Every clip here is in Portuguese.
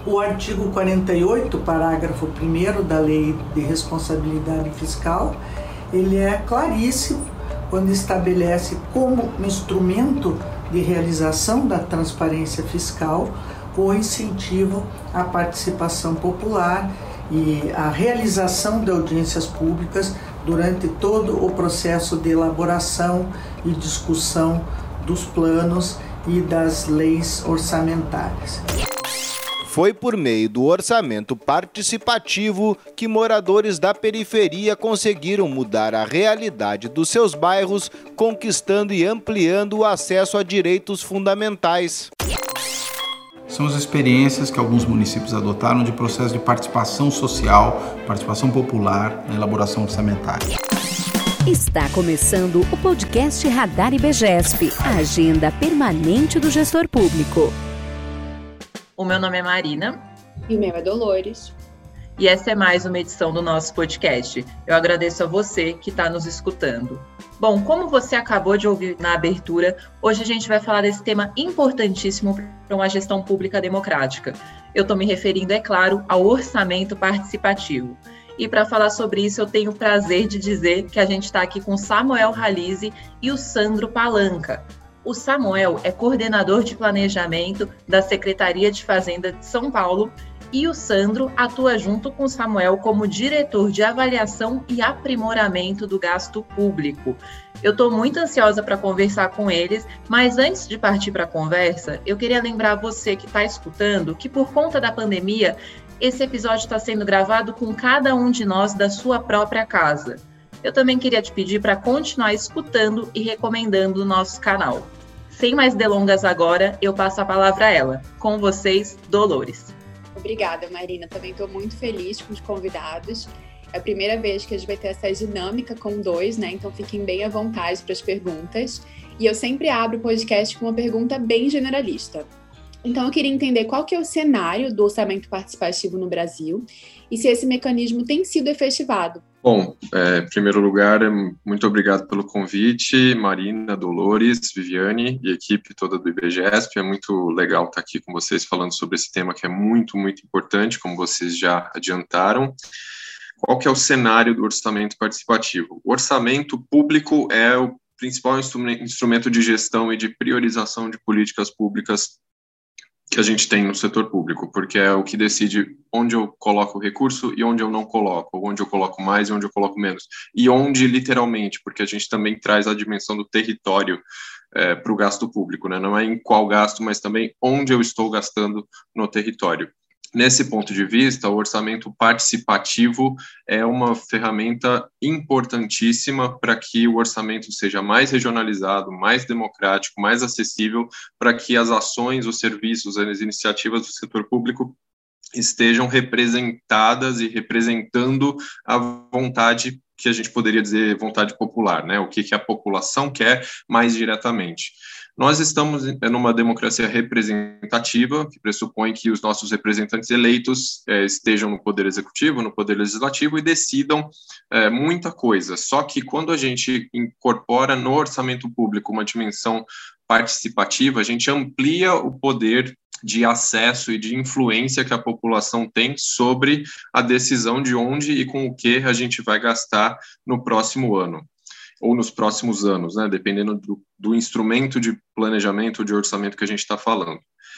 O artigo 48, parágrafo 1º da Lei de Responsabilidade Fiscal, ele é claríssimo quando estabelece como instrumento de realização da transparência fiscal o incentivo à participação popular e a realização de audiências públicas durante todo o processo de elaboração e discussão dos planos e das leis orçamentárias. Foi por meio do orçamento participativo que moradores da periferia conseguiram mudar a realidade dos seus bairros, conquistando e ampliando o acesso a direitos fundamentais. São as experiências que alguns municípios adotaram de processo de participação social, participação popular na elaboração orçamentária. Está começando o podcast Radar IBGESP, a agenda permanente do gestor público. O meu nome é Marina. E o meu é Dolores. E essa é mais uma edição do nosso podcast. Eu agradeço a você que está nos escutando. Bom, como você acabou de ouvir na abertura, hoje a gente vai falar desse tema importantíssimo para uma gestão pública democrática. Eu estou me referindo, é claro, ao orçamento participativo. E para falar sobre isso, eu tenho o prazer de dizer que a gente está aqui com o Samuel Ralize e o Sandro Palanca. O Samuel é coordenador de planejamento da Secretaria de Fazenda de São Paulo e o Sandro atua junto com o Samuel como diretor de avaliação e aprimoramento do gasto público. Eu estou muito ansiosa para conversar com eles, mas antes de partir para a conversa, eu queria lembrar você que está escutando que por conta da pandemia, esse episódio está sendo gravado com cada um de nós da sua própria casa. Eu também queria te pedir para continuar escutando e recomendando o nosso canal. Sem mais delongas agora, eu passo a palavra a ela. Com vocês, Dolores. Obrigada, Marina. Também estou muito feliz com os convidados. É a primeira vez que a gente vai ter essa dinâmica com dois, né? Então fiquem bem à vontade para as perguntas. E eu sempre abro o podcast com uma pergunta bem generalista. Então eu queria entender qual que é o cenário do orçamento participativo no Brasil e se esse mecanismo tem sido efetivado. Bom, em primeiro lugar, muito obrigado pelo convite, Marina, Dolores, Viviane e a equipe toda do IBGESP. É muito legal estar aqui com vocês falando sobre esse tema que é muito, muito importante, como vocês já adiantaram. Qual que é o cenário do orçamento participativo? O orçamento público é o principal instrumento de gestão e de priorização de políticas públicas que a gente tem no setor público, porque é o que decide onde eu coloco o recurso e onde eu não coloco, onde eu coloco mais e onde eu coloco menos, e onde literalmente, porque a gente também traz a dimensão do território para o gasto público, né? Não é em qual gasto, mas também onde eu estou gastando no território. Nesse ponto de vista, o orçamento participativo é uma ferramenta importantíssima para que o orçamento seja mais regionalizado, mais democrático, mais acessível, para que as ações, os serviços, as iniciativas do setor público estejam representadas e representando a vontade que a gente poderia dizer vontade popular, né? O que a população quer mais diretamente. Nós estamos numa democracia representativa, que pressupõe que os nossos representantes eleitos estejam no poder executivo, no poder legislativo e decidam muita coisa. Só que quando a gente incorpora no orçamento público uma dimensão participativa, a gente amplia o poder de acesso e de influência que a população tem sobre a decisão de onde e com o que a gente vai gastar no próximo ano, ou nos próximos anos, né, dependendo do instrumento de planejamento, de orçamento que a gente está falando.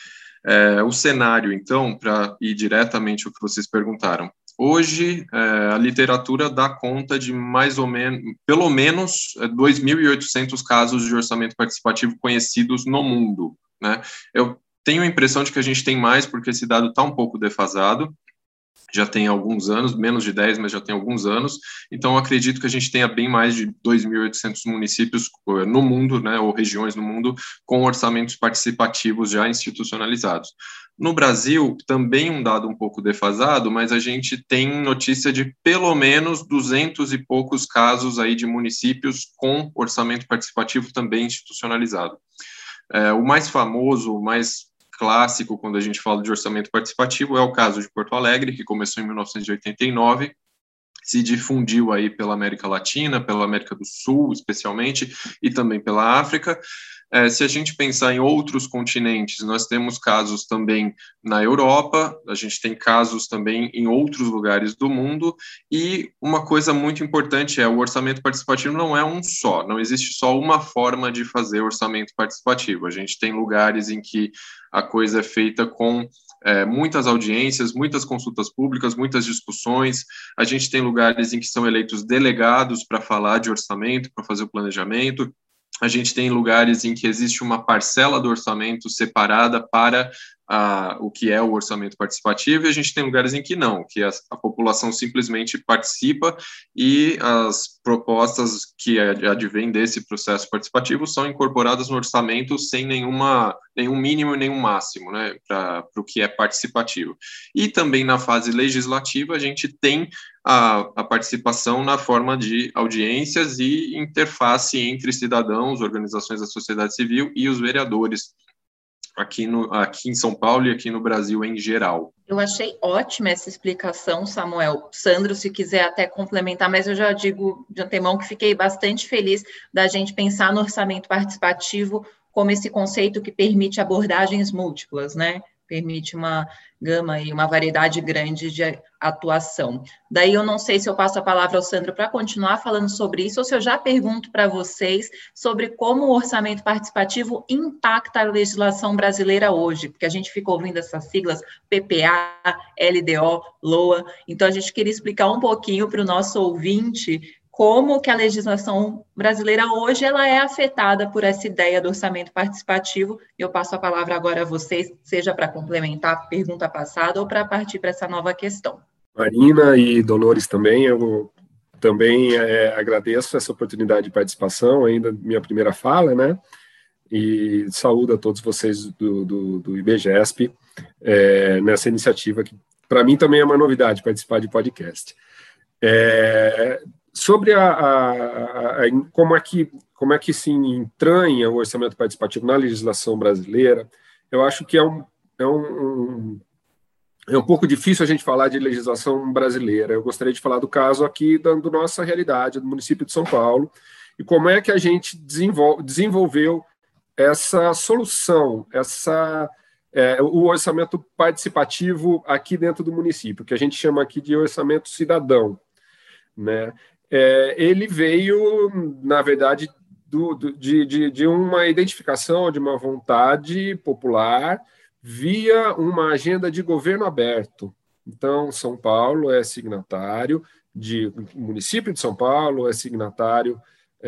O cenário, então, para ir diretamente ao que vocês perguntaram, hoje a literatura dá conta de mais ou menos, pelo menos 2.800 casos de orçamento participativo conhecidos no mundo, né? Eu tenho a impressão de que a gente tem mais, porque esse dado está um pouco defasado, já tem alguns anos, menos de 10, mas já tem alguns anos, então eu acredito que a gente tenha bem mais de 2.800 municípios no mundo, né, ou regiões no mundo, com orçamentos participativos já institucionalizados. No Brasil, também um dado um pouco defasado, mas a gente tem notícia de pelo menos 200 e poucos casos aí de municípios com orçamento participativo também institucionalizado. O mais famoso, o mais clássico, quando a gente fala de orçamento participativo, é o caso de Porto Alegre, que começou em 1989 se difundiu aí pela América Latina, pela América do Sul, especialmente, e também pela África. Se a gente pensar em outros continentes, nós temos casos também na Europa, a gente tem casos também em outros lugares do mundo, e uma coisa muito importante o orçamento participativo não é um só, não existe só uma forma de fazer orçamento participativo. A gente tem lugares em que a coisa é feita com muitas audiências, muitas consultas públicas, muitas discussões. A gente tem lugares em que são eleitos delegados para falar de orçamento, para fazer o planejamento. A gente tem lugares em que existe uma parcela do orçamento separada para o que é o orçamento participativo, e a gente tem lugares em que não, que a população simplesmente participa e as propostas que advêm desse processo participativo são incorporadas no orçamento sem nenhum mínimo e nenhum máximo, né, para o que é participativo. E também na fase legislativa a gente tem a participação na forma de audiências e interface entre cidadãos, organizações da sociedade civil e os vereadores, aqui em São Paulo e aqui no Brasil em geral. Eu achei ótima essa explicação, Samuel. Sandro, se quiser até complementar, mas eu já digo de antemão que fiquei bastante feliz da gente pensar no orçamento participativo como esse conceito que permite abordagens múltiplas, né? Permite uma gama e uma variedade grande de atuação. Daí eu não sei se eu passo a palavra ao Sandro para continuar falando sobre isso, ou se eu já pergunto para vocês sobre como o orçamento participativo impacta a legislação brasileira hoje, porque a gente fica ouvindo essas siglas PPA, LDO, LOA, então a gente queria explicar um pouquinho para o nosso ouvinte como que a legislação brasileira hoje ela é afetada por essa ideia do orçamento participativo. Eu passo a palavra agora a vocês, seja para complementar a pergunta passada ou para partir para essa nova questão. Marina e Dolores também, eu também agradeço essa oportunidade de participação, ainda minha primeira fala, né? E saúdo a todos vocês do IBGESP nessa iniciativa, que para mim também é uma novidade participar de podcast. Sobre como é que se entranha o orçamento participativo na legislação brasileira, eu acho que é um pouco difícil a gente falar de legislação brasileira. Eu gostaria de falar do caso aqui da nossa realidade, do município de São Paulo, e como é que a gente desenvolveu essa solução, o orçamento participativo aqui dentro do município, que a gente chama aqui de orçamento cidadão, né? Ele veio, na verdade, de uma identificação, de uma vontade popular via uma agenda de governo aberto. Então, São Paulo é signatário, o município de São Paulo é signatário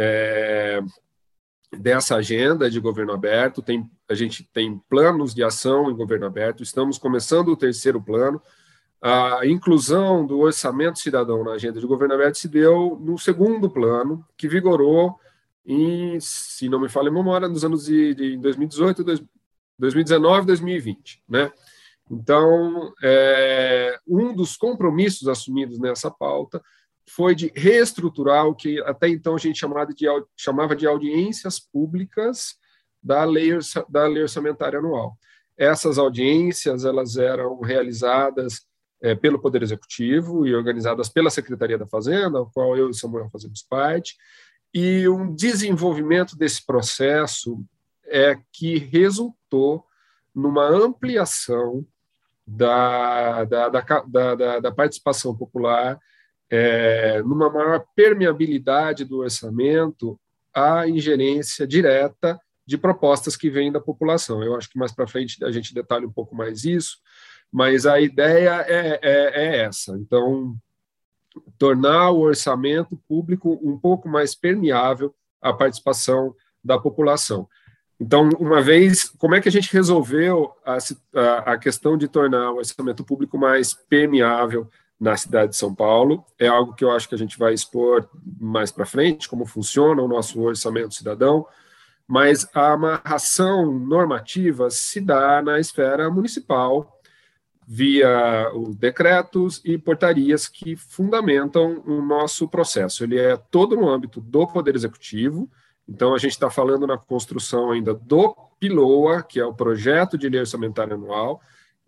dessa agenda de governo aberto. A gente tem planos de ação em governo aberto, estamos começando o 3º plano. A inclusão do orçamento cidadão na agenda de governo aberto se deu no 2º plano, que vigorou se não me falha a memória, nos anos de 2018, 2019 e 2020, né? Então, um dos compromissos assumidos nessa pauta foi de reestruturar o que até então a gente chamava de audiências públicas da lei orçamentária anual. Essas audiências elas eram realizadas pelo Poder Executivo e organizadas pela Secretaria da Fazenda, ao qual eu e Samuel fazemos parte, e um desenvolvimento desse processo que resultou numa ampliação da participação popular, numa maior permeabilidade do orçamento à ingerência direta de propostas que vêm da população. Eu acho que mais para frente a gente detalha um pouco mais isso, mas a ideia é essa. Então, tornar o orçamento público um pouco mais permeável à participação da população. Então, uma vez, como é que a gente resolveu a questão de tornar o orçamento público mais permeável na cidade de São Paulo? É algo que eu acho que a gente vai expor mais para frente, como funciona o nosso orçamento cidadão, mas a amarração normativa se dá na esfera municipal, via os decretos e portarias que fundamentam o nosso processo. Ele é todo no âmbito do Poder Executivo, então a gente está falando na construção ainda do PILOA, que é o Projeto de Lei Orçamentária Anual,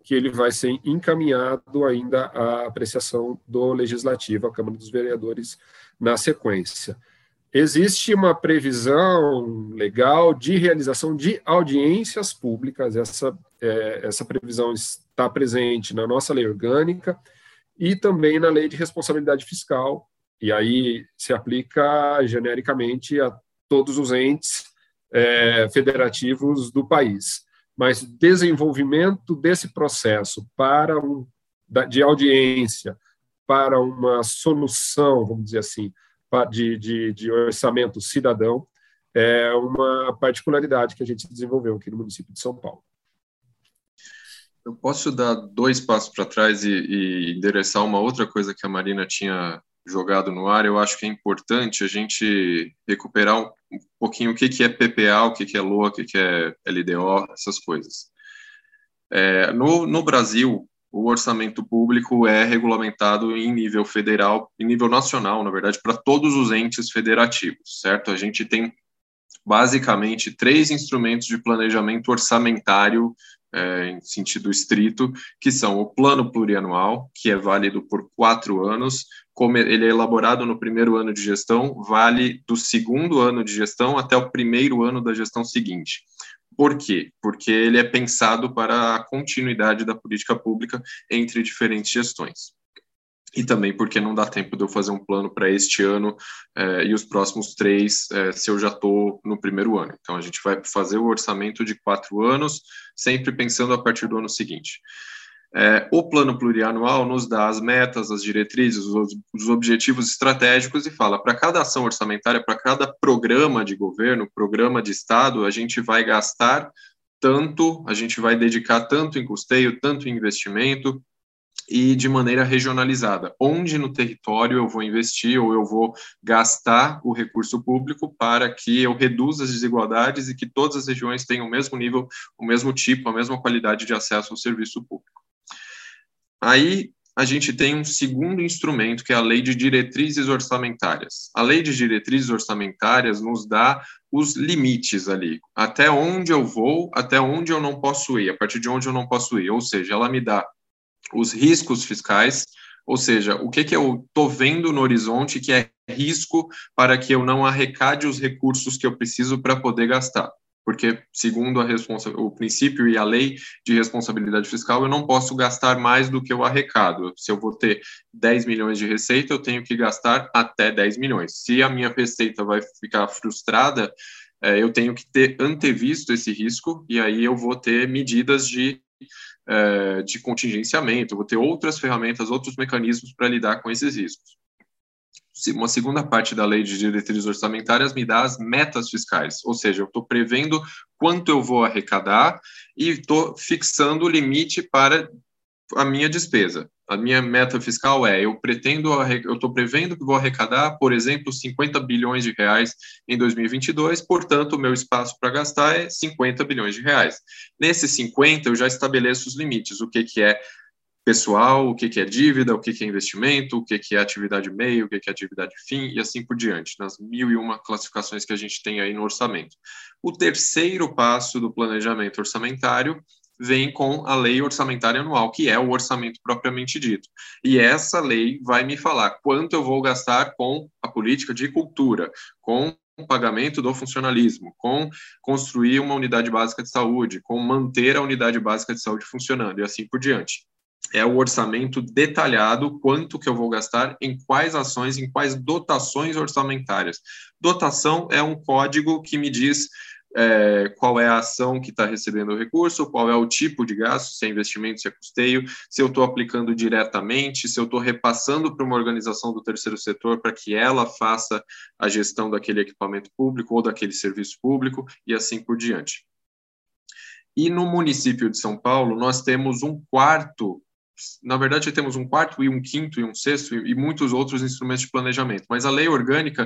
que ele vai ser encaminhado ainda à apreciação do Legislativo, à Câmara dos Vereadores, na sequência. Existe uma previsão legal de realização de audiências públicas, essa previsão está presente na nossa lei orgânica e também na lei de responsabilidade fiscal, e aí se aplica genericamente a todos os entes federativos do país. Mas desenvolvimento desse processo de audiência para uma solução, vamos dizer assim, de orçamento cidadão, é uma particularidade que a gente desenvolveu aqui no município de São Paulo. Eu posso dar 2 passos para trás e endereçar uma outra coisa que a Marina tinha jogado no ar. Eu acho que é importante a gente recuperar um pouquinho o que é PPA, o que é LOA, o que é LDO, essas coisas. No Brasil, o orçamento público é regulamentado em nível federal, em nível nacional, na verdade, para todos os entes federativos, certo? A gente tem, basicamente, 3 instrumentos de planejamento orçamentário, em sentido estrito, que são o plano plurianual, que é válido por 4 anos, como ele é elaborado no primeiro ano de gestão, vale do segundo ano de gestão até o primeiro ano da gestão seguinte. Por quê? Porque ele é pensado para a continuidade da política pública entre diferentes gestões. E também porque não dá tempo de eu fazer um plano para este ano e os próximos 3, se eu já estou no primeiro ano. Então, a gente vai fazer o orçamento de 4 anos, sempre pensando a partir do ano seguinte. O plano plurianual nos dá as metas, as diretrizes, os objetivos estratégicos e fala, para cada ação orçamentária, para cada programa de governo, programa de Estado, a gente vai gastar tanto, a gente vai dedicar tanto em custeio, tanto em investimento, e de maneira regionalizada, onde no território eu vou investir ou eu vou gastar o recurso público para que eu reduza as desigualdades e que todas as regiões tenham o mesmo nível, o mesmo tipo, a mesma qualidade de acesso ao serviço público. Aí a gente tem um segundo instrumento, que é a Lei de Diretrizes Orçamentárias. A Lei de Diretrizes Orçamentárias nos dá os limites ali, até onde eu vou, até onde eu não posso ir, a partir de onde eu não posso ir, ou seja, ela me dá os riscos fiscais, ou seja, o que eu estou vendo no horizonte que é risco para que eu não arrecade os recursos que eu preciso para poder gastar. Porque, segundo o princípio e a lei de responsabilidade fiscal, eu não posso gastar mais do que eu arrecado. Se eu vou ter 10 milhões de receita, eu tenho que gastar até 10 milhões. Se a minha receita vai ficar frustrada, eu tenho que ter antevisto esse risco e aí eu vou ter medidas de contingenciamento, vou ter outras ferramentas, outros mecanismos para lidar com esses riscos. Uma segunda parte da lei de diretrizes orçamentárias me dá as metas fiscais, ou seja, eu estou prevendo quanto eu vou arrecadar e estou fixando o limite para a minha despesa. A minha meta fiscal eu estou prevendo que vou arrecadar, por exemplo, 50 bilhões de reais em 2022, portanto, o meu espaço para gastar é 50 bilhões de reais. Nesses 50, eu já estabeleço os limites, o que é pessoal, o que é dívida, o que é investimento, o que é atividade meio, o que é atividade fim, e assim por diante, nas 1001 classificações que a gente tem aí no orçamento. O terceiro passo do planejamento orçamentário vem com a lei orçamentária anual, que é o orçamento propriamente dito. E essa lei vai me falar quanto eu vou gastar com a política de cultura, com o pagamento do funcionalismo, com construir uma unidade básica de saúde, com manter a unidade básica de saúde funcionando, e assim por diante. É o orçamento detalhado, quanto que eu vou gastar, em quais ações, em quais dotações orçamentárias. Dotação é um código que me diz qual é a ação que está recebendo o recurso, qual é o tipo de gasto, se é investimento, se é custeio, se eu estou aplicando diretamente, se eu estou repassando para uma organização do terceiro setor para que ela faça a gestão daquele equipamento público ou daquele serviço público, e assim por diante. E no município de São Paulo, nós temos um quarto, na verdade, temos um quarto e um quinto e um sexto e muitos outros instrumentos de planejamento, mas a lei orgânica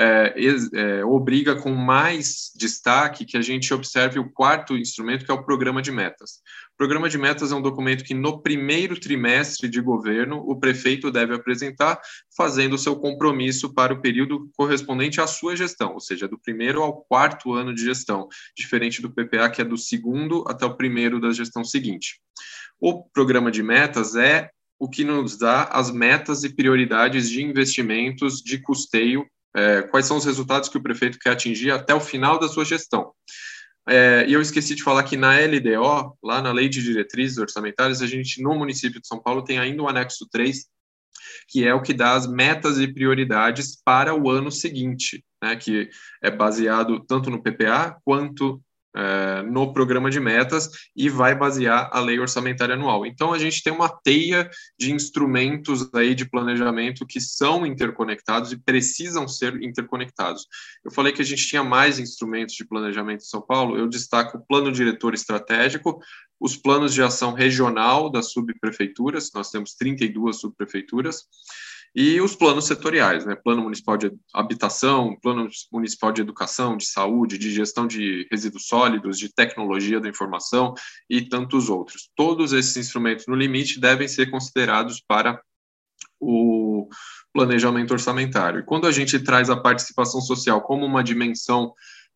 obriga com mais destaque que a gente observe o quarto instrumento, que é o programa de metas. O programa de metas é um documento que no primeiro trimestre de governo o prefeito deve apresentar, fazendo o seu compromisso para o período correspondente à sua gestão, ou seja, do primeiro ao quarto ano de gestão, diferente do PPA, que é do segundo até o primeiro da gestão seguinte. O programa de metas é o que nos dá as metas e prioridades de investimentos de custeio, quais são os resultados que o prefeito quer atingir até o final da sua gestão. E eu esqueci de falar que na LDO, lá na Lei de Diretrizes Orçamentárias, a gente, no município de São Paulo, tem ainda o anexo 3, que é o que dá as metas e prioridades para o ano seguinte, né, que é baseado tanto no PPA quanto no programa de metas e vai basear a lei orçamentária anual. Então, a gente tem uma teia de instrumentos aí de planejamento que são interconectados e precisam ser interconectados. Eu falei que a gente tinha mais instrumentos de planejamento em São Paulo, eu destaco o plano diretor estratégico, os planos de ação regional das subprefeituras, nós temos 32 subprefeituras, e os planos setoriais, né? Plano Municipal de Habitação, Plano Municipal de Educação, de Saúde, de Gestão de Resíduos Sólidos, de Tecnologia da Informação e tantos outros. Todos esses instrumentos, no limite, devem ser considerados para o planejamento orçamentário. E quando a gente traz a participação social como uma dimensão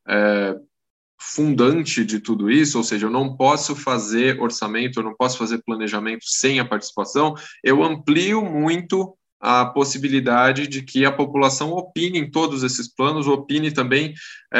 fundante de tudo isso, ou seja, eu não posso fazer orçamento, eu não posso fazer planejamento sem a participação, eu amplio muito a possibilidade de que a população opine em todos esses planos, opine também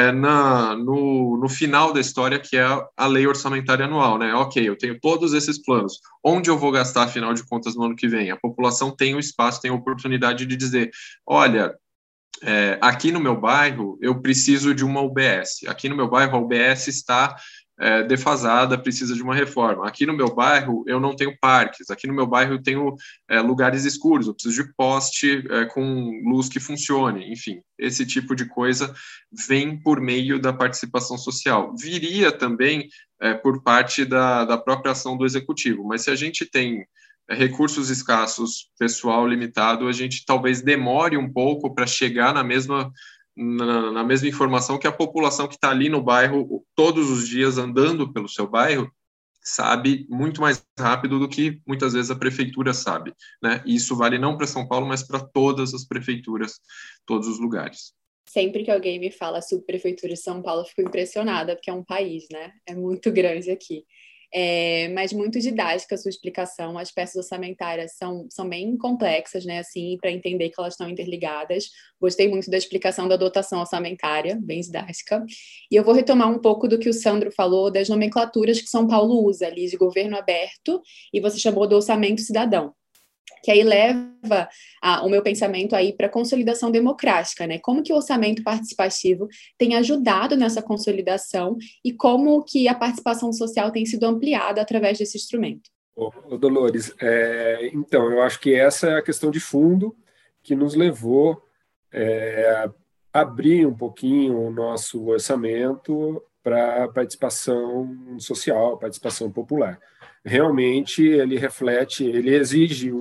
no final da história, que é a lei orçamentária anual, né? Ok, eu tenho todos esses planos, onde eu vou gastar, afinal de contas, no ano que vem? A população tem o espaço, tem a oportunidade de dizer, olha, aqui no meu bairro eu preciso de uma UBS, aqui no meu bairro a UBS está defasada, precisa de uma reforma. Aqui no meu bairro eu não tenho parques, aqui no meu bairro eu tenho lugares escuros, eu preciso de poste com luz que funcione, enfim, esse tipo de coisa vem por meio da participação social. Viria também por parte da própria ação do executivo, mas se a gente tem recursos escassos, pessoal limitado, a gente talvez demore um pouco para chegar na mesma informação que a população que está ali no bairro, todos os dias andando pelo seu bairro, sabe muito mais rápido do que muitas vezes a prefeitura sabe, né? E isso vale não para São Paulo, mas para todas as prefeituras, todos os lugares. Sempre que alguém me fala subprefeitura de São Paulo, eu fico impressionada, porque é um país, né? É muito grande aqui. Mas muito didática a sua explicação. As peças orçamentárias são bem complexas, né, assim, para entender que elas estão interligadas. Gostei muito da explicação da dotação orçamentária, bem didática. E eu vou retomar um pouco do que o Sandro falou das nomenclaturas que São Paulo usa ali, de governo aberto, e você chamou do orçamento cidadão, que aí leva o meu pensamento aí para a consolidação democrática, né? Como que o orçamento participativo tem ajudado nessa consolidação e como que a participação social tem sido ampliada através desse instrumento? Dolores, então, eu acho que essa é a questão de fundo que nos levou a abrir um pouquinho o nosso orçamento para participação social, participação popular. Realmente ele reflete, ele exige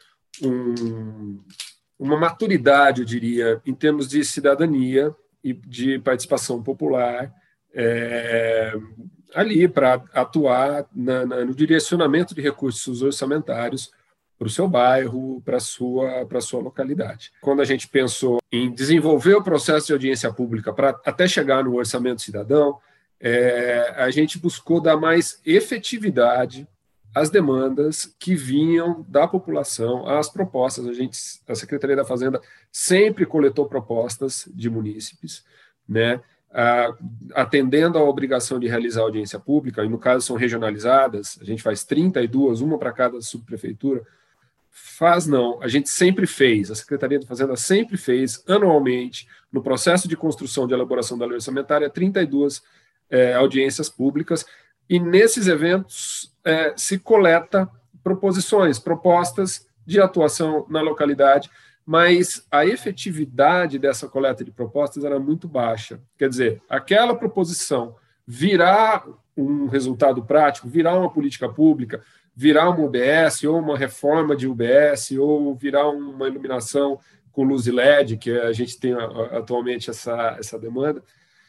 uma maturidade, eu diria, em termos de cidadania e de participação popular, ali para atuar no direcionamento de recursos orçamentários para o seu bairro, para a sua localidade. Quando a gente pensou em desenvolver o processo de audiência pública para até chegar no orçamento cidadão, a gente buscou dar mais efetividade às demandas que vinham da população, às propostas. A Secretaria da Fazenda sempre coletou propostas de munícipes, né, atendendo à obrigação de realizar audiência pública, e no caso são regionalizadas, a gente faz 32, uma para cada subprefeitura. A gente sempre fez, a Secretaria da Fazenda sempre fez, anualmente, no processo de construção de elaboração da lei orçamentária, 32 audiências públicas, e nesses eventos se coleta propostas de atuação na localidade, mas a efetividade dessa coleta de propostas era muito baixa. Quer dizer, aquela proposição virar um resultado prático, virar uma política pública, virar uma UBS, ou uma reforma de UBS, ou virar uma iluminação com luz de LED, que a gente tem atualmente essa demanda,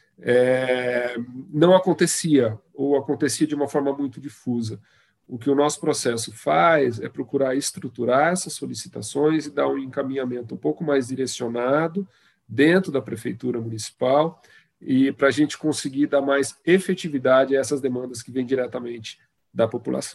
não acontecia, ou acontecia de uma forma muito difusa. O que o nosso processo faz é procurar estruturar essas solicitações e dar um encaminhamento um pouco mais direcionado dentro da prefeitura municipal e para a gente conseguir dar mais efetividade a essas demandas que vêm diretamente da população.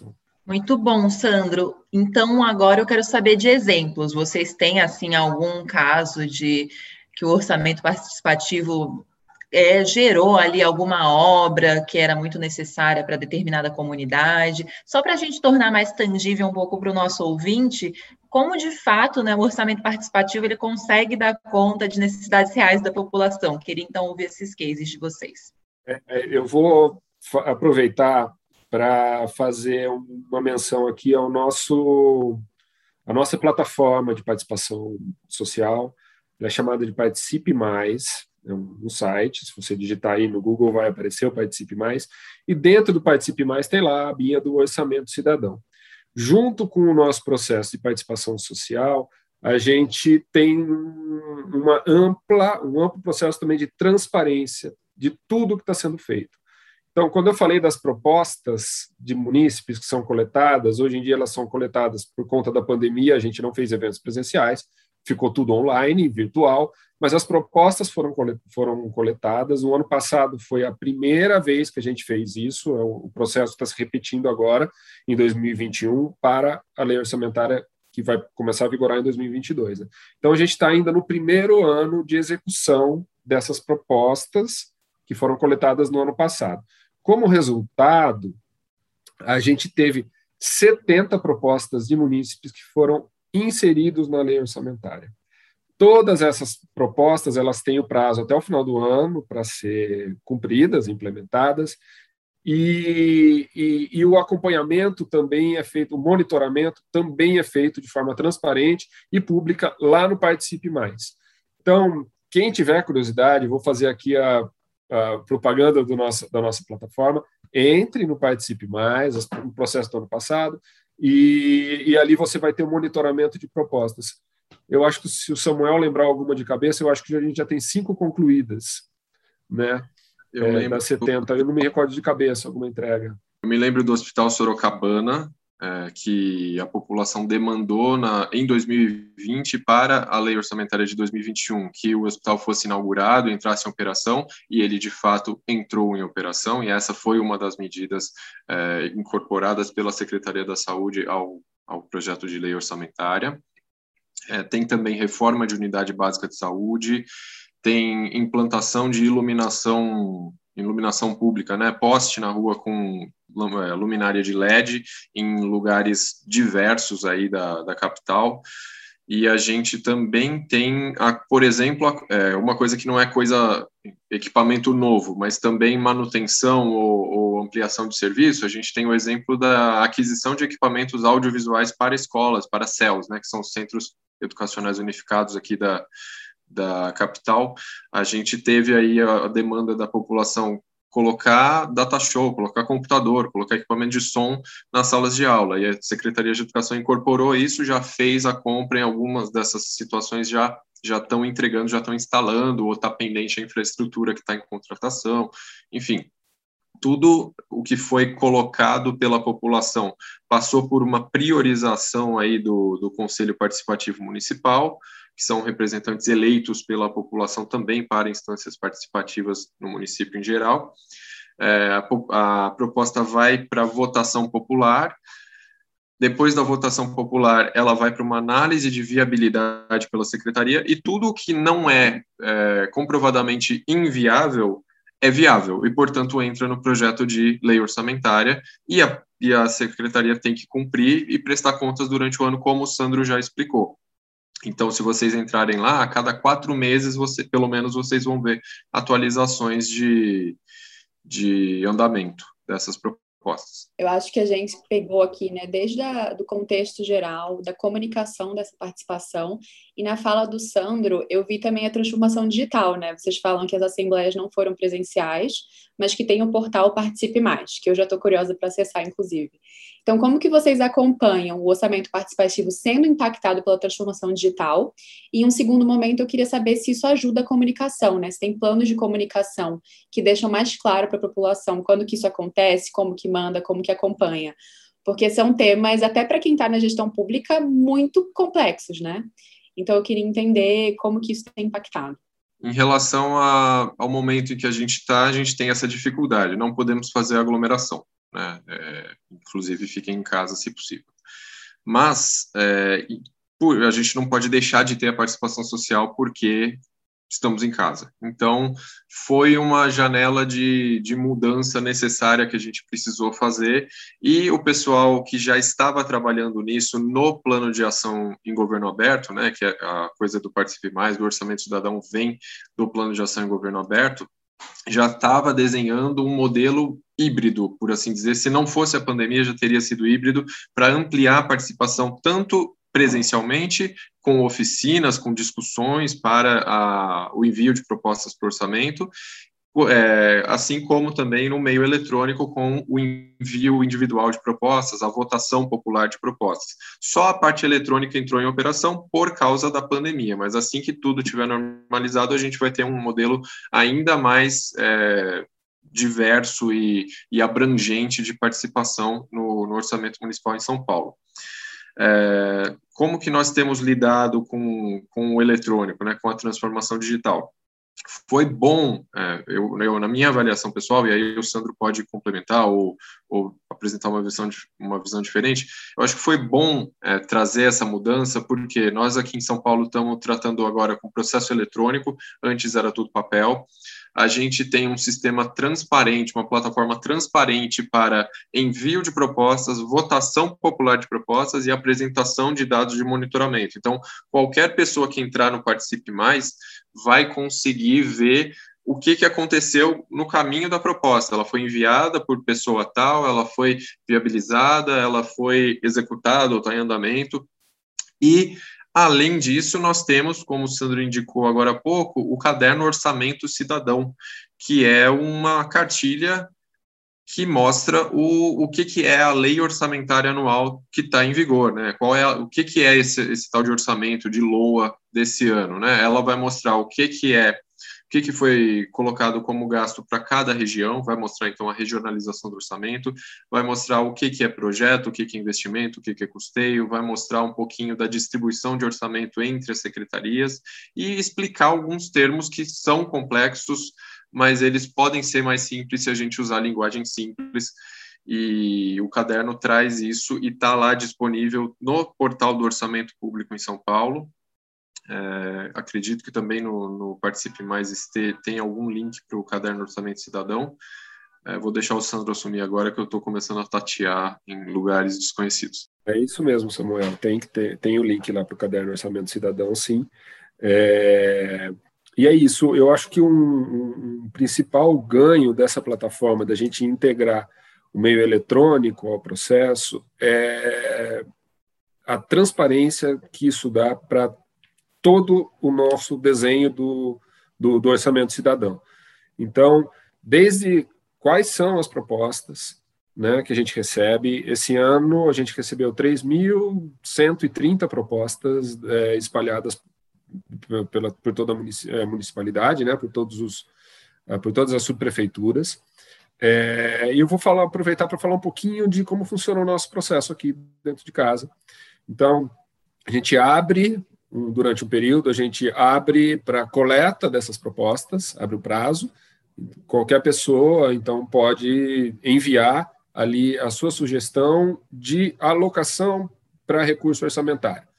Muito bom, Sandro. Então, agora eu quero saber de exemplos. Vocês têm, assim, algum caso de que o orçamento participativo gerou ali alguma obra que era muito necessária para determinada comunidade? Só para a gente tornar mais tangível um pouco para o nosso ouvinte, como de fato, né, o orçamento participativo ele consegue dar conta de necessidades reais da população? Queria então ouvir esses cases de vocês. Eu vou aproveitar para fazer uma menção aqui a nossa plataforma de participação social. Ela é chamada de Participe Mais, é um site. Se você digitar aí no Google vai aparecer o Participe Mais, e dentro do Participe Mais tem lá a abinha do Orçamento Cidadão. Junto com o nosso processo de participação social, a gente tem um amplo processo também de transparência de tudo que está sendo feito. Então, quando eu falei das propostas de munícipes que são coletadas, hoje em dia elas são coletadas por conta da pandemia, a gente não fez eventos presenciais, ficou tudo online, virtual, mas as propostas foram coletadas. O ano passado foi a primeira vez que a gente fez isso, o processo está se repetindo agora, em 2021, para a lei orçamentária que vai começar a vigorar em 2022. Né? Então, a gente está ainda no primeiro ano de execução dessas propostas que foram coletadas no ano passado. Como resultado, a gente teve 70 propostas de munícipes que foram inseridos na lei orçamentária. Todas essas propostas elas têm o prazo até o final do ano para ser cumpridas, implementadas, e o acompanhamento também é feito, o monitoramento também é feito de forma transparente e pública lá no Participe Mais. Então, quem tiver curiosidade, vou fazer aqui a propaganda da nossa plataforma, entre no Participe Mais, o processo do ano passado, e ali você vai ter um monitoramento de propostas. Eu acho que se o Samuel lembrar alguma de cabeça, eu acho que a gente já tem 5 concluídas, né? Das 70, eu não me recordo de cabeça alguma entrega. Eu me lembro do Hospital Sorocabana, que a população demandou em 2020 para a lei orçamentária de 2021 que o hospital fosse inaugurado, entrasse em operação, e ele de fato entrou em operação, e essa foi uma das medidas incorporadas pela Secretaria da Saúde ao projeto de lei orçamentária. Tem também reforma de unidade básica de saúde, tem implantação de iluminação pública, né? Poste na rua com luminária de LED em lugares diversos aí da capital. E a gente também tem, por exemplo, uma coisa que não é equipamento novo, mas também manutenção ou ampliação de serviço. A gente tem o exemplo da aquisição de equipamentos audiovisuais para escolas, para CELs, né? Que são os Centros Educacionais Unificados aqui da capital. A gente teve aí a demanda da população colocar data show, colocar computador, colocar equipamento de som nas salas de aula, e a Secretaria de Educação incorporou isso, já fez a compra em algumas dessas situações, já estão entregando, já estão instalando, ou está pendente a infraestrutura que está em contratação, enfim. Tudo o que foi colocado pela população passou por uma priorização aí do Conselho Participativo Municipal, que são representantes eleitos pela população também para instâncias participativas no município em geral. A proposta vai para votação popular. Depois da votação popular, ela vai para uma análise de viabilidade pela secretaria, e tudo que não é comprovadamente inviável é viável, e, portanto, entra no projeto de lei orçamentária, e a secretaria tem que cumprir e prestar contas durante o ano, como o Sandro já explicou. Então, se vocês entrarem lá, a cada 4 meses, pelo menos, vocês vão ver atualizações de andamento dessas propostas. Eu acho que a gente pegou aqui, né, desde do contexto geral, da comunicação dessa participação, e na fala do Sandro, eu vi também a transformação digital, né? Vocês falam que as assembleias não foram presenciais, mas que tem o portal Participe Mais, que eu já estou curiosa para acessar, inclusive. Então, como que vocês acompanham o orçamento participativo sendo impactado pela transformação digital? E, em um segundo momento, eu queria saber se isso ajuda a comunicação, né? Se tem planos de comunicação que deixam mais claro para a população quando que isso acontece, como que manda, como que acompanha. Porque são temas, até para quem está na gestão pública, muito complexos, né? Então, eu queria entender como que isso tem impactado. Em relação ao momento em que a gente está, a gente tem essa dificuldade, não podemos fazer aglomeração. né? Inclusive fiquem em casa se possível. Mas a gente não pode deixar de ter a participação social porque estamos em casa. Então, foi uma janela de mudança necessária que a gente precisou fazer, e o pessoal que já estava trabalhando nisso no plano de ação em governo aberto, né, que é a coisa do Participe Mais, do Orçamento Cidadão, vem do plano de ação em governo aberto, já estava desenhando um modelo híbrido, por assim dizer. Se não fosse a pandemia, já teria sido híbrido, para ampliar a participação tanto presencialmente, com oficinas, com discussões para o envio de propostas para orçamento, assim como também no meio eletrônico, com o envio individual de propostas, a votação popular de propostas. Só a parte eletrônica entrou em operação por causa da pandemia, mas assim que tudo estiver normalizado, a gente vai ter um modelo ainda mais diverso e abrangente de participação no orçamento municipal em São Paulo. Como que nós temos lidado com o eletrônico, né, com a transformação digital? Foi bom, eu na minha avaliação pessoal, e aí o Sandro pode complementar ou apresentar uma visão diferente, eu acho que foi bom trazer essa mudança, porque nós aqui em São Paulo estamos tratando agora com processo eletrônico, antes era tudo papel. A gente tem um sistema transparente, uma plataforma transparente para envio de propostas, votação popular de propostas e apresentação de dados de monitoramento. Então, qualquer pessoa que entrar no Participe Mais vai conseguir ver o que aconteceu no caminho da proposta. Ela foi enviada por pessoa tal, ela foi viabilizada, ela foi executada ou está em andamento. E, além disso, nós temos, como o Sandro indicou agora há pouco, o Caderno Orçamento Cidadão, que é uma cartilha que mostra o que é a lei orçamentária anual que está em vigor, né? O que é esse tal de orçamento de LOA desse ano, né? Ela vai mostrar o que foi colocado como gasto para cada região, vai mostrar, então, a regionalização do orçamento, vai mostrar o que é projeto, o que é investimento, o que é custeio, vai mostrar um pouquinho da distribuição de orçamento entre as secretarias e explicar alguns termos que são complexos, mas eles podem ser mais simples se a gente usar a linguagem simples, e o caderno traz isso e está lá disponível no portal do Orçamento Público em São Paulo. Acredito que também no Participe Mais tem algum link para o Caderno Orçamento Cidadão. Vou deixar o Sandro assumir agora, que eu estou começando a tatear em lugares desconhecidos. É isso mesmo, Samuel. Tem o link lá para o Caderno Orçamento Cidadão, sim. E é isso. Eu acho que um principal ganho dessa plataforma, da gente integrar o meio eletrônico ao processo, é a transparência que isso dá para todo o nosso desenho do Orçamento Cidadão. Então, desde quais são as propostas, né, que a gente recebe. Esse ano a gente recebeu 3.130 propostas espalhadas por toda a municipalidade, né, por todas as subprefeituras. E eu vou aproveitar para falar um pouquinho de como funciona o nosso processo aqui dentro de casa. Então, a gente abre, durante um período, a gente abre para coleta dessas propostas, abre o prazo. Qualquer pessoa, então, pode enviar ali a sua sugestão de alocação para recurso orçamentário.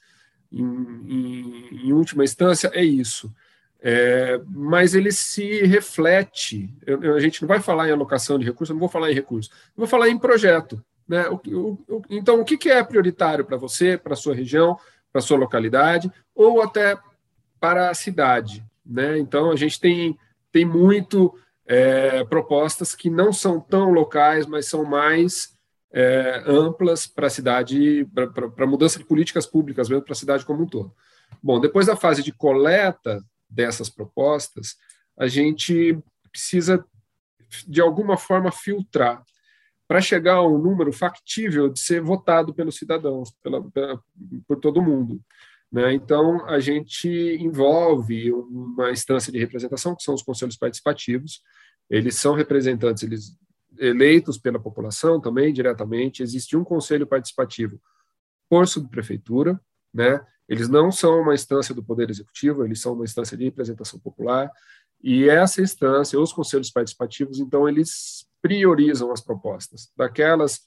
Em última instância, é isso. Mas ele se reflete. A gente não vai falar em alocação de recurso, eu não vou falar em recurso, eu vou falar em projeto, né? Então, o que é prioritário para você, para a sua região, para a sua localidade, ou até para a cidade, né? Então, a gente tem muito propostas que não são tão locais, mas são mais amplas para a cidade, para mudança de políticas públicas mesmo, para a cidade como um todo. Bom, depois da fase de coleta dessas propostas, a gente precisa, de alguma forma, filtrar para chegar a um número factível de ser votado pelos cidadãos, por todo mundo, né? Então, a gente envolve uma instância de representação, que são os conselhos participativos. Eles são representantes, eles eleitos pela população também, diretamente. Existe um conselho participativo por subprefeitura, né? Eles não são uma instância do Poder Executivo, eles são uma instância de representação popular. E essa instância, os conselhos participativos, então, eles priorizam as propostas. Daquelas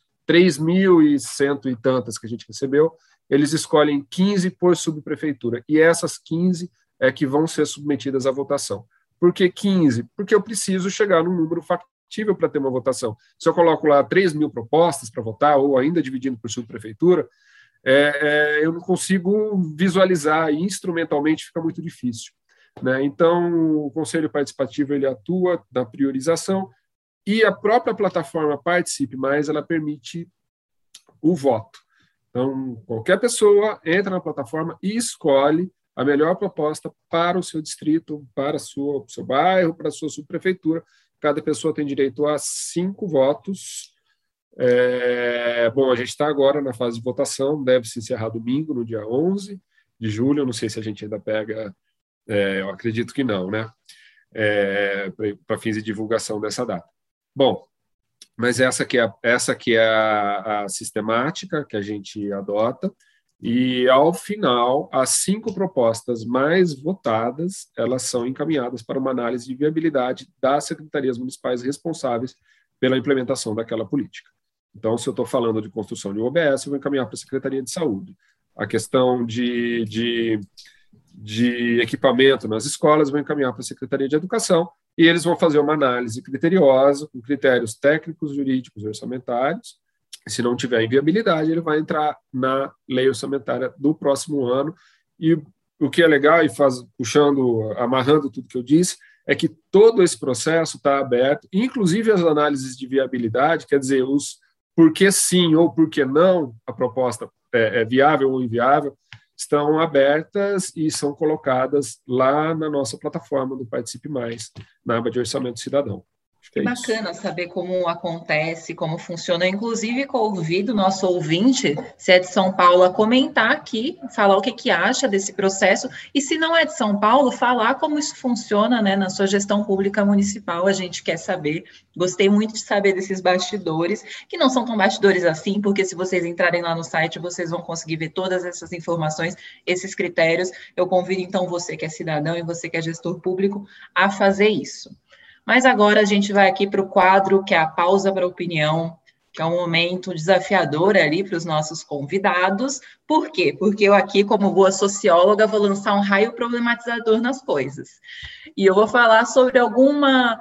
3.100 e tantas que a gente recebeu, eles escolhem 15 por subprefeitura, e essas 15 é que vão ser submetidas à votação. Por que 15? Porque eu preciso chegar num número factível para ter uma votação. Se eu coloco lá 3.000 propostas para votar, ou ainda dividindo por subprefeitura, eu não consigo visualizar, e instrumentalmente fica muito difícil, né? Então, o Conselho Participativo ele atua na priorização, e a própria plataforma Participe Mais, ela permite o voto. Então, qualquer pessoa entra na plataforma e escolhe a melhor proposta para o seu distrito, para o seu bairro, para a sua subprefeitura. Cada pessoa tem direito a 5 votos. Bom, a gente está agora na fase de votação, deve se encerrar domingo, no dia 11 de julho. Eu não sei se a gente ainda pega, eu acredito que não, né? Para fins de divulgação dessa data. Bom, mas essa que é a sistemática que a gente adota, e, ao final, as 5 propostas mais votadas, elas são encaminhadas para uma análise de viabilidade das secretarias municipais responsáveis pela implementação daquela política. Então, se eu estou falando de construção de UBS, eu vou encaminhar para a Secretaria de Saúde. A questão de equipamento nas escolas, eu vou encaminhar para a Secretaria de Educação, e eles vão fazer uma análise criteriosa, com critérios técnicos, jurídicos e orçamentários. Se não tiver inviabilidade, ele vai entrar na lei orçamentária do próximo ano. E o que é legal, e amarrando tudo que eu disse, é que todo esse processo está aberto, inclusive as análises de viabilidade, quer dizer, os por que sim ou por que não a proposta é viável ou inviável, estão abertas e são colocadas lá na nossa plataforma do Participe Mais, na aba de Orçamento Cidadão. Que bacana saber como acontece, como funciona. Eu, inclusive, convido o nosso ouvinte, se é de São Paulo, a comentar aqui, falar o que acha desse processo, e se não é de São Paulo, falar como isso funciona, né, na sua gestão pública municipal. A gente quer saber. Gostei muito de saber desses bastidores, que não são tão bastidores assim, porque se vocês entrarem lá no site, vocês vão conseguir ver todas essas informações, esses critérios. Eu convido, então, você que é cidadão e você que é gestor público, a fazer isso. Mas agora a gente vai aqui para o quadro que é a pausa para a opinião, que é um momento desafiador ali para os nossos convidados. Por quê? Porque eu aqui, como boa socióloga, vou lançar um raio problematizador nas coisas. E eu vou falar sobre alguma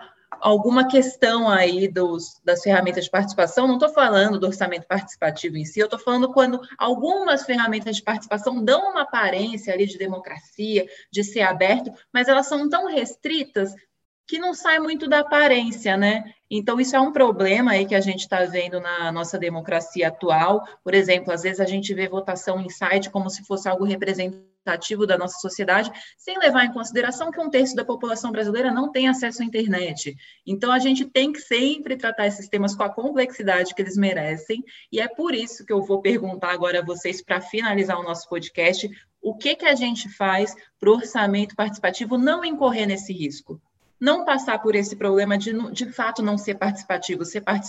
questão aí das ferramentas de participação. Não estou falando do orçamento participativo em si, eu estou falando quando algumas ferramentas de participação dão uma aparência ali de democracia, de ser aberto, mas elas são tão restritas que não sai muito da aparência, né? Então, isso é um problema aí que a gente está vendo na nossa democracia atual. Por exemplo, às vezes a gente vê votação em site como se fosse algo representativo da nossa sociedade, sem levar em consideração que 1/3 da população brasileira não tem acesso à internet. Então, a gente tem que sempre tratar esses temas com a complexidade que eles merecem, e é por isso que eu vou perguntar agora a vocês, para finalizar o nosso podcast, o que a gente faz para o orçamento participativo não incorrer nesse risco? Não passar por esse problema de fato não ser participativo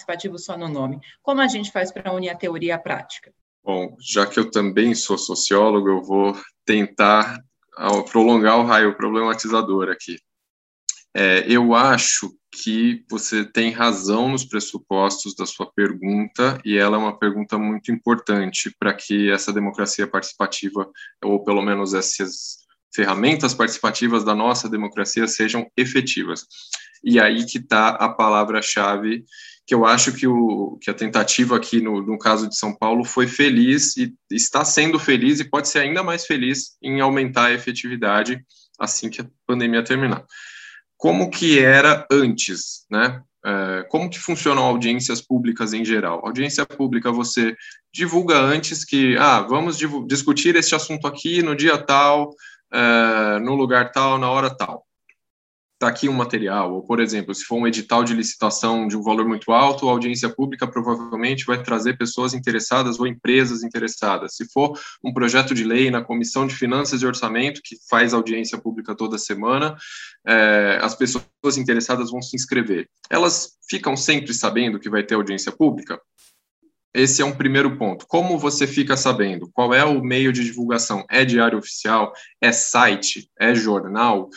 só no nome. Como a gente faz para unir a teoria e a prática? Bom, já que eu também sou sociólogo, eu vou tentar prolongar o raio problematizador aqui. Eu acho que você tem razão nos pressupostos da sua pergunta, e ela é uma pergunta muito importante para que essa democracia participativa, ou pelo menos essas ferramentas participativas da nossa democracia sejam efetivas. E aí que está a palavra-chave, que eu acho que a tentativa aqui, no caso de São Paulo, foi feliz, e está sendo feliz, e pode ser ainda mais feliz em aumentar a efetividade assim que a pandemia terminar. Como que era antes, né? Como que funcionam audiências públicas em geral? Audiência pública, você divulga antes que, vamos discutir este assunto aqui no dia tal, no lugar tal, na hora tal. Está aqui um material. Ou, por exemplo, se for um edital de licitação de um valor muito alto, a audiência pública provavelmente vai trazer pessoas interessadas ou empresas interessadas. Se for um projeto de lei na Comissão de Finanças e Orçamento, que faz audiência pública toda semana, as pessoas interessadas vão se inscrever. Elas ficam sempre sabendo que vai ter audiência pública? Esse é um primeiro ponto. Como você fica sabendo? Qual é o meio de divulgação? É diário oficial? É site? É jornal?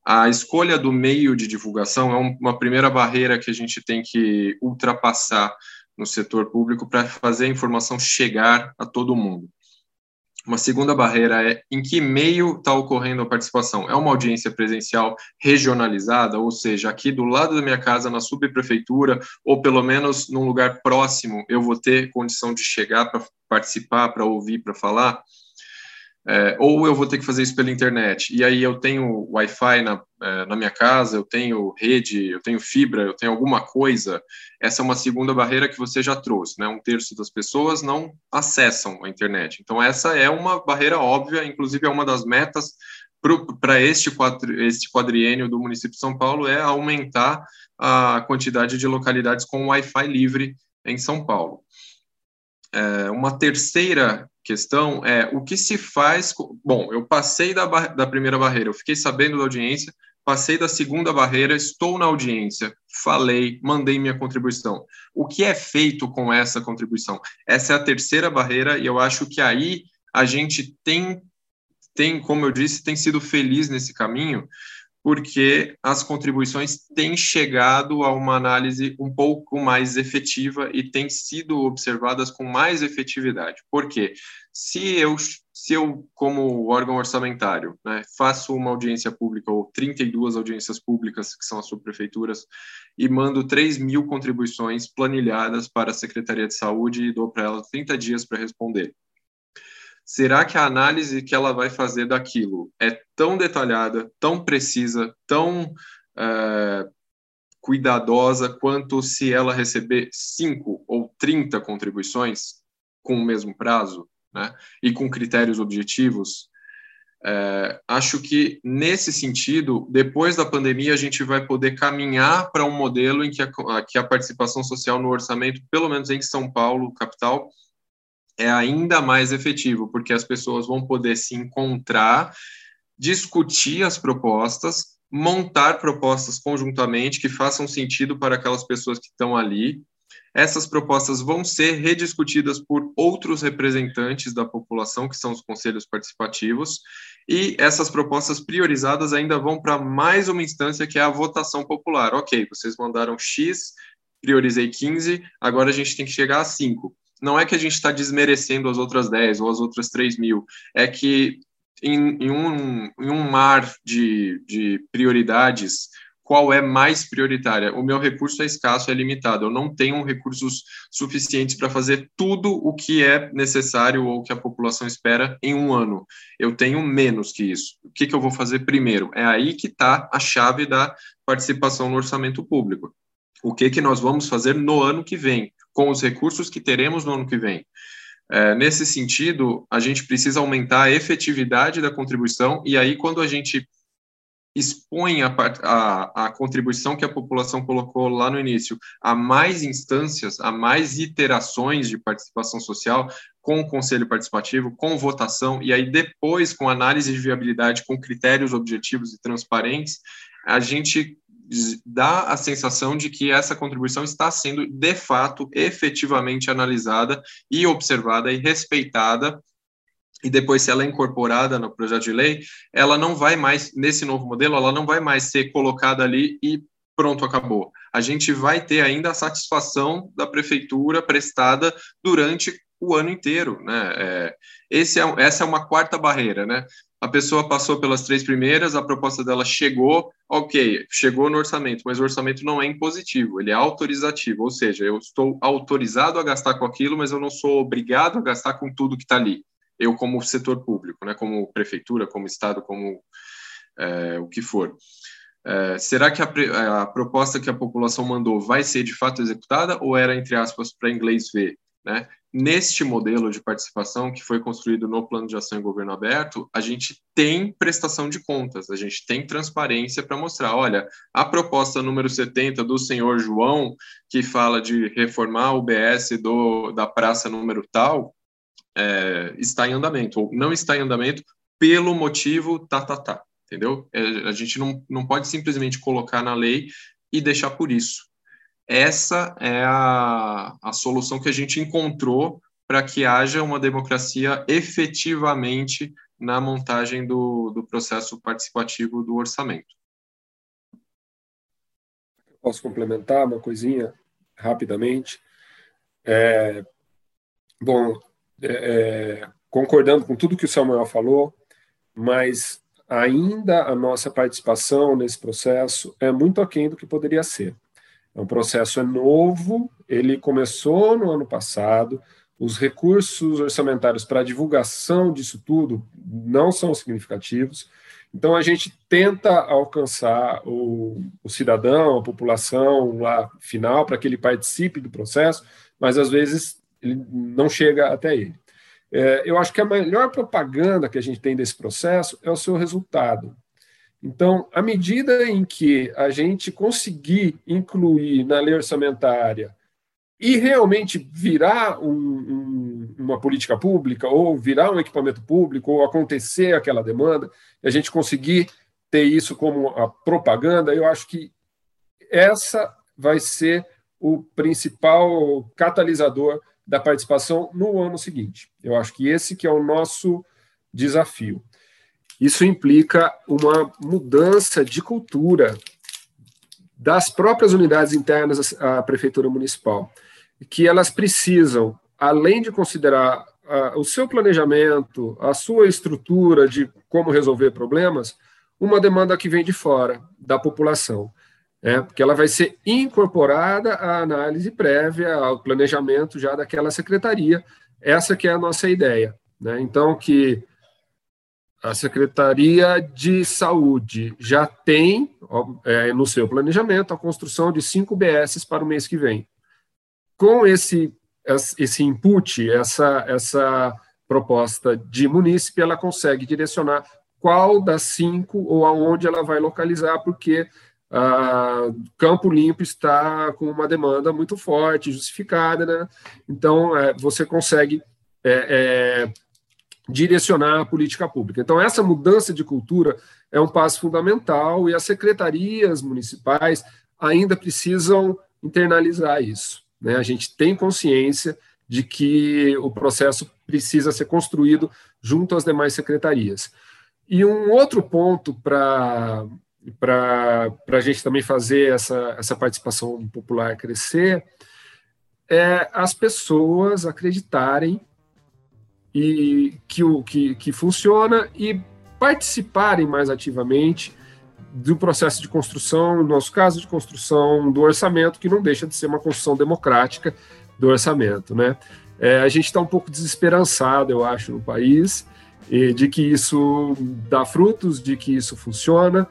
A escolha do meio de divulgação é uma primeira barreira que a gente tem que ultrapassar no setor público para fazer a informação chegar a todo mundo. Uma segunda barreira é em que meio está ocorrendo a participação. É uma audiência presencial regionalizada, ou seja, aqui do lado da minha casa, na subprefeitura, ou pelo menos num lugar próximo, eu vou ter condição de chegar para participar, para ouvir, para falar? Ou eu vou ter que fazer isso pela internet. E aí eu tenho Wi-Fi na minha casa, eu tenho rede, eu tenho fibra, eu tenho alguma coisa. Essa é uma segunda barreira que você já trouxe, né? 1/3 das pessoas não acessam a internet. Então essa é uma barreira óbvia, inclusive é uma das metas para este quadriênio do município de São Paulo, é aumentar a quantidade de localidades com Wi-Fi livre em São Paulo. Uma terceira questão é o que se faz... Bom, eu passei da primeira barreira, eu fiquei sabendo da audiência, passei da segunda barreira, estou na audiência, falei, mandei minha contribuição. O que é feito com essa contribuição? Essa é a terceira barreira e eu acho que aí a gente tem, como eu disse, tem sido feliz nesse caminho, porque as contribuições têm chegado a uma análise um pouco mais efetiva e têm sido observadas com mais efetividade. Por quê? Se eu como órgão orçamentário, né, faço uma audiência pública ou 32 audiências públicas, que são as subprefeituras, e mando 3.000 contribuições planilhadas para a Secretaria de Saúde e dou para ela 30 dias para responder. Será que a análise que ela vai fazer daquilo é tão detalhada, tão precisa, tão cuidadosa quanto se ela receber 5 ou 30 contribuições com o mesmo prazo, né, e com critérios objetivos? Acho que, nesse sentido, depois da pandemia, a gente vai poder caminhar para um modelo em que a participação social no orçamento, pelo menos em São Paulo, capital, é ainda mais efetivo, porque as pessoas vão poder se encontrar, discutir as propostas, montar propostas conjuntamente que façam sentido para aquelas pessoas que estão ali. Essas propostas vão ser rediscutidas por outros representantes da população, que são os conselhos participativos, e essas propostas priorizadas ainda vão para mais uma instância, que é a votação popular. Ok, vocês mandaram X, priorizei 15, agora a gente tem que chegar a 5. Não é que a gente está desmerecendo as outras 10 ou as outras 3.000, é que em um mar de prioridades, qual é mais prioritária? O meu recurso é escasso, é limitado, eu não tenho recursos suficientes para fazer tudo o que é necessário ou que a população espera em um ano. Eu tenho menos que isso. O que eu vou fazer primeiro? É aí que está a chave da participação no orçamento público. O que nós vamos fazer no ano que vem, com os recursos que teremos no ano que vem. Nesse sentido, a gente precisa aumentar a efetividade da contribuição, e aí quando a gente expõe a contribuição que a população colocou lá no início a mais instâncias, a mais iterações de participação social, com o conselho participativo, com votação, e aí depois com análise de viabilidade, com critérios objetivos e transparentes, a gente dá a sensação de que essa contribuição está sendo, de fato, efetivamente analisada e observada e respeitada, e depois, se ela é incorporada no projeto de lei, ela não vai mais, nesse novo modelo, ela não vai mais ser colocada ali e pronto, acabou. A gente vai ter ainda a satisfação da prefeitura prestada durante o ano inteiro, né? Essa é uma quarta barreira, né? A pessoa passou pelas 3 primeiras, a proposta dela chegou, ok, chegou no orçamento, mas o orçamento não é impositivo, ele é autorizativo, ou seja, eu estou autorizado a gastar com aquilo, mas eu não sou obrigado a gastar com tudo que está ali. Eu como setor público, né, como prefeitura, como estado, como o que for. Será que a proposta que a população mandou vai ser de fato executada ou era, entre aspas, para inglês ver? Né? Neste modelo de participação que foi construído no Plano de Ação em Governo Aberto, a gente tem prestação de contas, a gente tem transparência para mostrar, olha, a proposta número 70 do senhor João, que fala de reformar o BS da praça número tal, está em andamento, ou não está em andamento pelo motivo entendeu? A gente não pode simplesmente colocar na lei e deixar por isso. Essa é a solução que a gente encontrou para que haja uma democracia efetivamente na montagem do processo participativo do orçamento. Posso complementar uma coisinha rapidamente? Concordando com tudo que o Samuel falou, mas ainda a nossa participação nesse processo é muito aquém do que poderia ser. O processo é novo, ele começou no ano passado, os recursos orçamentários para a divulgação disso tudo não são significativos, então a gente tenta alcançar o cidadão, a população lá final, para que ele participe do processo, mas às vezes ele não chega até ele. Eu acho que a melhor propaganda que a gente tem desse processo é o seu resultado. Então, à medida em que a gente conseguir incluir na lei orçamentária e realmente virar uma política pública, ou virar um equipamento público, ou acontecer aquela demanda, e a gente conseguir ter isso como a propaganda, eu acho que essa vai ser o principal catalisador da participação no ano seguinte. Eu acho que esse que é o nosso desafio. Isso implica uma mudança de cultura das próprias unidades internas à Prefeitura Municipal, que elas precisam, além de considerar o seu planejamento, a sua estrutura de como resolver problemas, uma demanda que vem de fora, da população, porque ela vai ser incorporada à análise prévia, ao planejamento já daquela secretaria. Essa que é a nossa ideia, Então, que a Secretaria de Saúde já tem no seu planejamento a construção de 5 UBSs para o mês que vem. Com esse input, essa proposta de munícipe, ela consegue direcionar qual das 5 ou aonde ela vai localizar, porque Campo Limpo está com uma demanda muito forte, justificada, Então, você consegue direcionar a política pública. Então, essa mudança de cultura é um passo fundamental e as secretarias municipais ainda precisam internalizar isso. A gente tem consciência de que o processo precisa ser construído junto às demais secretarias. E um outro ponto para a gente também fazer essa participação popular crescer é as pessoas acreditarem e que funciona e participarem mais ativamente do processo de construção, no nosso caso, de construção do orçamento, que não deixa de ser uma construção democrática do orçamento, A gente está um pouco desesperançado, eu acho, no país, de que isso dá frutos, de que isso funciona,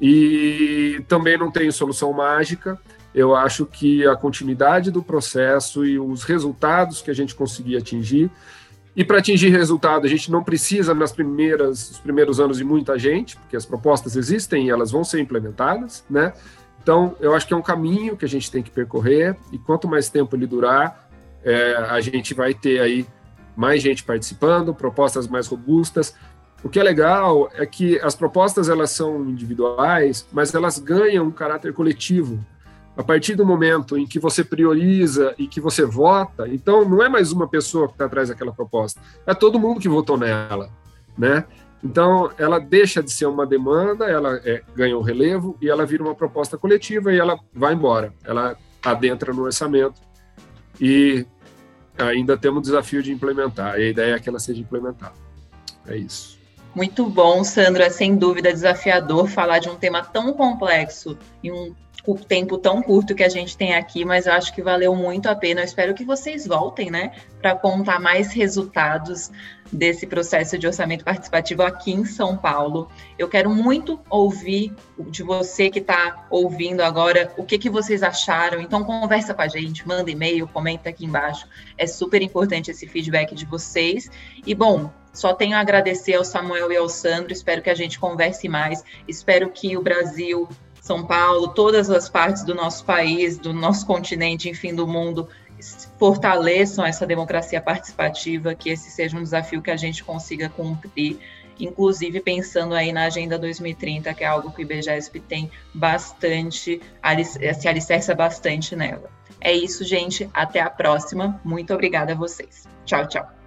e também não tem solução mágica. Eu acho que a continuidade do processo e os resultados que a gente conseguir atingir. E para atingir resultado, a gente não precisa, nos primeiros anos, de muita gente, porque as propostas existem e elas vão ser implementadas, Então, eu acho que é um caminho que a gente tem que percorrer, e quanto mais tempo ele durar, a gente vai ter aí mais gente participando, propostas mais robustas. O que é legal é que as propostas, elas são individuais, mas elas ganham um caráter coletivo. A partir do momento em que você prioriza e que você vota, então não é mais uma pessoa que está atrás daquela proposta, é todo mundo que votou nela, Então, ela deixa de ser uma demanda, ela ganha um relevo e ela vira uma proposta coletiva e ela vai embora, ela adentra no orçamento e ainda temos o desafio de implementar, e a ideia é que ela seja implementada. É isso. Muito bom, Sandro, é sem dúvida desafiador falar de um tema tão complexo em um tempo tão curto que a gente tem aqui, mas eu acho que valeu muito a pena. Eu espero que vocês voltem, para contar mais resultados desse processo de orçamento participativo aqui em São Paulo. Eu quero muito ouvir de você que está ouvindo agora o que vocês acharam. Então, conversa com a gente, manda e-mail, comenta aqui embaixo. É super importante esse feedback de vocês. E, bom, só tenho a agradecer ao Samuel e ao Sandro. Espero que a gente converse mais. Espero que o Brasil, São Paulo, todas as partes do nosso país, do nosso continente, enfim, do mundo, fortaleçam essa democracia participativa, que esse seja um desafio que a gente consiga cumprir, inclusive pensando aí na Agenda 2030, que é algo que o IBGESP tem bastante, se alicerça bastante nela. É isso, gente. Até a próxima. Muito obrigada a vocês. Tchau, tchau.